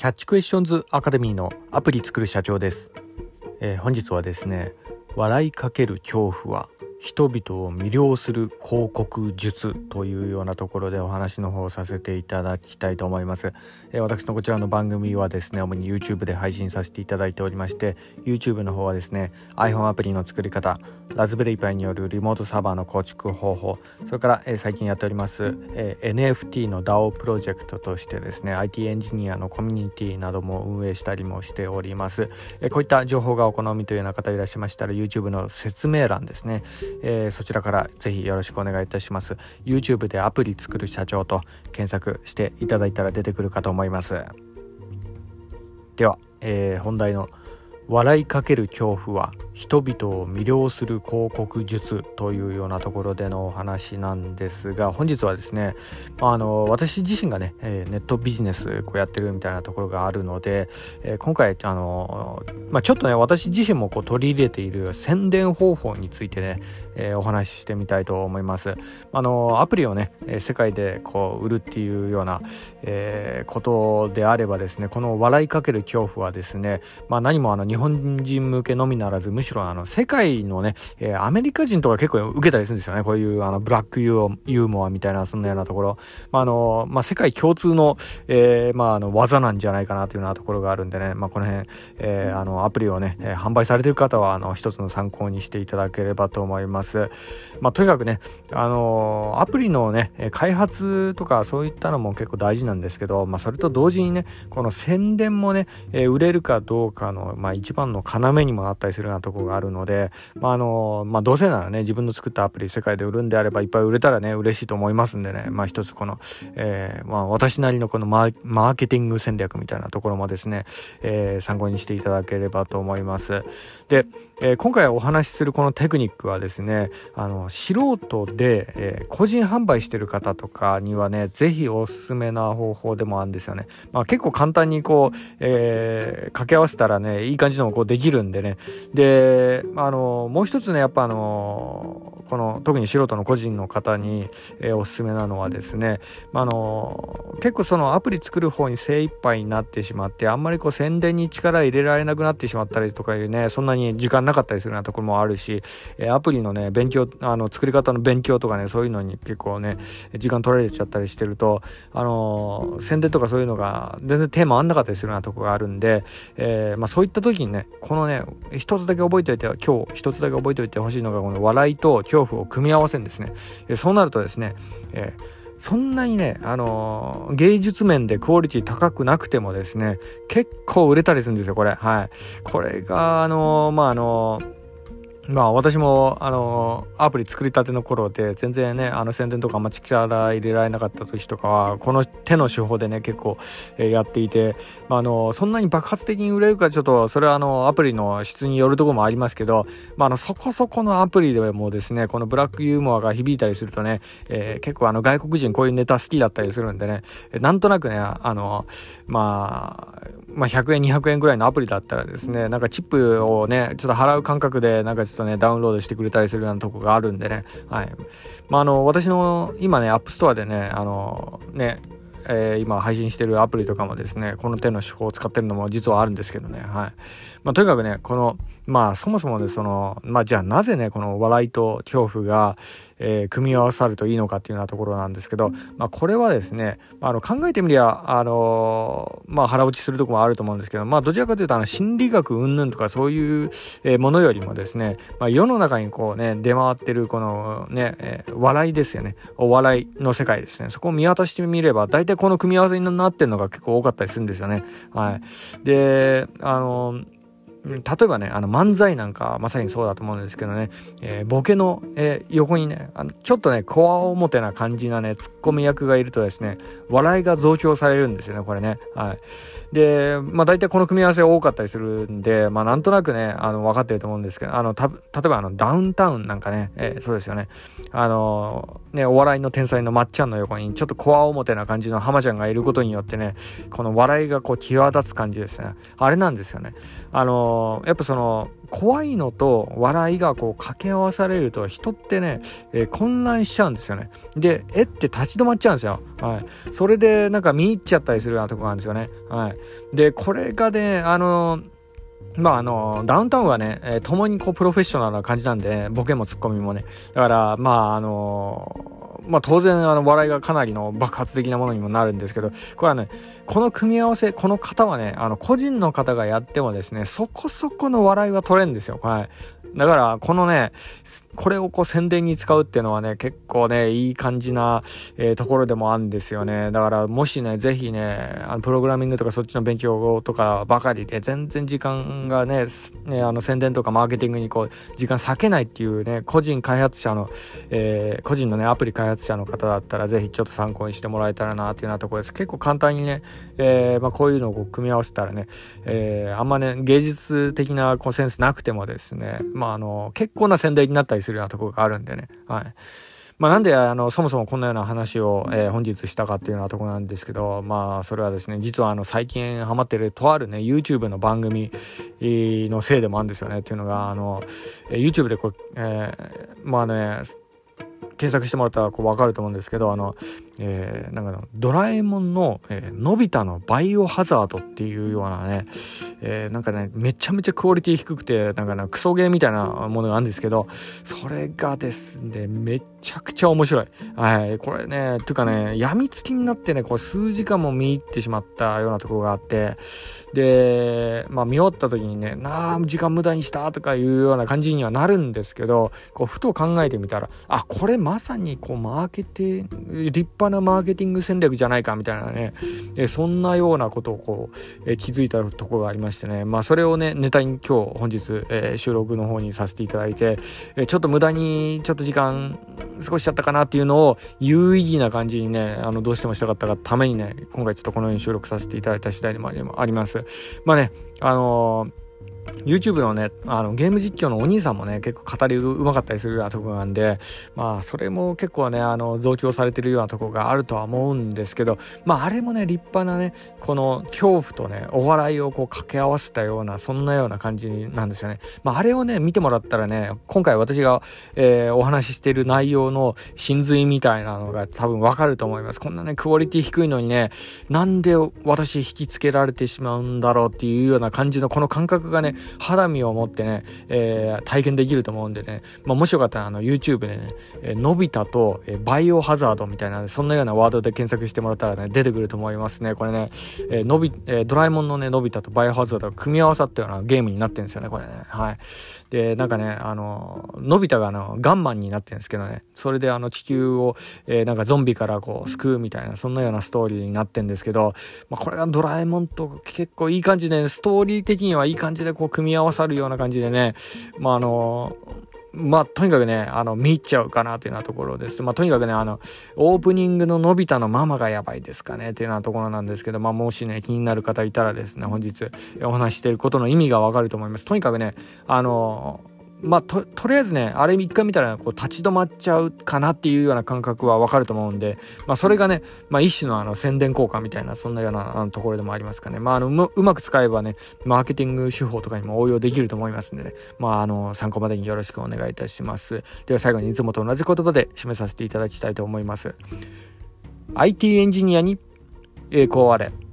キャッチクエスチョンズアカデミーのアプリ作る社長です。本日はですね、笑いかける恐怖は人々を魅了する広告術というようなところでお話の方をさせていただきたいと思います。私のこちらの番組はですね、主に YouTube で配信させていただいておりまして、 YouTube の方はですね iPhone アプリの作り方、ラズベリーパイによるリモートサーバーの構築方法、それから、最近やっております、NFT の DAO プロジェクトとしてですね IT エンジニアのコミュニティなども運営したりもしております。こういった情報がお好みというような方いらっしゃいましたら YouTube の説明欄ですね、そちらからぜひよろしくお願いいたします。 YouTube でアプリ作る社長と検索していただいたら出てくるかと思います。では、本題の笑いかける恐怖は人々を魅了する広告術というようなところでのお話なんですが、本日はですね、私自身がね、ネットビジネスやってるみたいなところがあるので、今回ちょっとね私自身も取り入れている宣伝方法についてね、お話ししてみたいと思います。アプリをね世界で売るっていうような、ことであればですね、この笑いかける恐怖はですね、何も日本人向けのみならず、むしろ世界のね、アメリカ人とか結構受けたりするんですよね。こういうブラックユーモアみたいなそんなようなところ、世界共通の、技なんじゃないかなというようなところがあるんでね、この辺、アプリをね、販売されている方は一つの参考にしていただければと思います。とにかくね、アプリのね開発とかそういったのも結構大事なんですけど、それと同時にねこの宣伝もね、売れるかどうかの、一番の要にもなったりするようなところがあるので、どうせならね自分の作ったアプリ世界で売るんであればいっぱい売れたらね嬉しいと思いますんでね、一つこの、私なりのこのマーケティング戦略みたいなところもですね、参考にしていただければと思います。で、今回お話しするこのテクニックはですね、素人で、個人販売してる方とかにはねぜひおすすめな方法でもあるんですよね。結構簡単に掛け合わせたらねいい感じのできるんでね。でもう一つねやっぱこの特に素人の個人の方に、おすすめなのはですね、結構そのアプリ作る方に精一杯になってしまって、あんまり宣伝に力入れられなくなってしまったりとかいうね、そんなに時間なかったりするようなところもあるし、アプリのね勉強作り方の勉強とかね、そういうのに結構ね時間取られちゃったりしてると宣伝とかそういうのが全然テーマあんなかったりするようなところがあるんで、そういった時にねこのね一つだけ覚えておいてほしいのが、この笑いと恐怖を組み合わせるんですね。そうなるとですね、そんなにね、芸術面でクオリティ高くなくてもですね結構売れたりするんですよこれ。これが私もアプリ作りたての頃で全然ね宣伝とかあんま力入れられなかった時とかはこの手の手法でね結構、やっていて、そんなに爆発的に売れるかちょっとそれはアプリの質によるところもありますけど、そこそこのアプリでもですねこのブラックユーモアが響いたりするとね、結構外国人こういうネタ好きだったりするんでね、なんとなくね100円200円ぐらいのアプリだったらですね、なんかチップをねちょっと払う感覚でなんかちょっとねダウンロードしてくれたりするようなとこがあるんでね。私の今ねアップストアでね今配信してるアプリとかもですねこの手の手法を使ってるのも実はあるんですけどね。とにかくねこのそもそもねじゃあなぜねこの笑いと恐怖が、組み合わさるといいのかっていうようなところなんですけど、これはですね考えてみりゃ腹落ちするところもあると思うんですけど、どちらかというと心理学云々とかそういう、ものよりもですね、世の中に出回ってるこのね、笑いですよね。お笑いの世界ですね。そこを見渡してみれば大体この組み合わせになってるのが結構多かったりするんですよね。で例えばね漫才なんかまさにそうだと思うんですけどね、ボケの、横にねちょっとねこわおもてな感じなねツッコミ役がいるとですね笑いが増強されるんですよねこれね。で大体この組み合わせ多かったりするんでなんとなくね分かってると思うんですけど、例えばダウンタウンなんかね、そうですよね。お笑いの天才のまっちゃんの横にちょっとこわおもてな感じの浜ちゃんがいることによってねこの笑いが際立つ感じですね。あれなんですよね。 やっぱその怖いのと笑いがこう掛け合わされると人ってね、混乱しちゃうんですよね。でって立ち止まっちゃうんですよ。はい、それでなんか見入っちゃったりするようなところなんですよね。はい、でこれがねダウンタウンはね、共にこうプロフェッショナルな感じなんで、ボケもツッコミもね、だから当然笑いがかなりの爆発的なものにもなるんですけど、これはね、この組み合わせ、この方はね、個人の方がやってもですね、そこそこの笑いは取れるんですよ。はい。だからこのね、これをこう宣伝に使うっていうのはね、結構ねいい感じな、ところでもあるんですよね。だからもしね、ぜひねプログラミングとかそっちの勉強とかばかりで全然時間がね宣伝とかマーケティングにこう時間割けないっていうね、個人のねアプリ開発者の方だったらぜひちょっと参考にしてもらえたらなっていうようなところです。結構簡単にね、こういうのをこう組み合わせたらね、あんまね芸術的なこうセンスなくてもですね、結構な宣伝になったりするようなところがあるんでね。はい。なんでそもそもこんなような話を、本日したかっていうようなところなんですけど、それはですね、実は最近ハマってるとあるね YouTube の番組のせいでもあるんですよね。っていうのがYouTube でこう、検索してもらったらこう分かると思うんですけど、ドラえもんの、のび太のバイオハザードっていうようなね、めちゃめちゃクオリティ低くてクソゲーみたいなものがあるんですけど、それがですねめちゃくちゃ面白い。はい、これねというかね、やみつきになってねこう数時間も見入ってしまったようなところがあって、で見終わった時にね時間無駄にしたとかいうような感じにはなるんですけど、こうふと考えてみたらこれまさにこう立派なマーケティング戦略じゃないかみたいなね、そんなようなことをこう、気づいたところがありましてね、それをねネタに本日、収録の方にさせていただいて、ちょっと無駄にちょっと時間過ごしちゃったかなっていうのを有意義な感じにねどうしてもしたかったがためにね、今回ちょっとこのように収録させていただいた次第でもあります。YouTube のねゲーム実況のお兄さんもね結構語りうまかったりするようなところなんで、それも結構ね増強されてるようなところがあるとは思うんですけど、あれもね立派なねこの恐怖とねお笑いをこう掛け合わせたようなそんなような感じなんですよね。あれをね見てもらったらね、今回私が、お話ししている内容の真髄みたいなのが多分わかると思います。こんなねクオリティ低いのにね、なんで私引きつけられてしまうんだろうっていうような感じのこの感覚がね肌身を持ってね、体験できると思うんでね、もしよかったらYouTube でね、のび太と、バイオハザードみたいなそんなようなワードで検索してもらったらね出てくると思いますね。これね、ドラえもんのねのび太とバイオハザードが組み合わさったようなゲームになってるんですよね、これね。はい。でのび太がガンマンになってるんですけどね、それで地球を、ゾンビからこう救うみたいなそんなようなストーリーになってるんですけど、これがドラえもんと結構いい感じで、ストーリー的にはいい感じでこう組み合わさるような感じでね、とにかくね見入っちゃうかなというようなところです。とにかくねオープニングののび太のママがやばいですかねというようなところなんですけど、もしね気になる方いたらですね、本日お話ししていることの意味がわかると思います。とにかくねとりあえずねあれ一回見たらこう立ち止まっちゃうかなっていうような感覚はわかると思うんで、それがね一種の宣伝効果みたいなそんなようなところでもありますかね。うまく使えばねマーケティング手法とかにも応用できると思いますんでね、参考までによろしくお願いいたします。では最後にいつもと同じ言葉で締めさせていただきたいと思います。IT エンジニアに栄光あれ。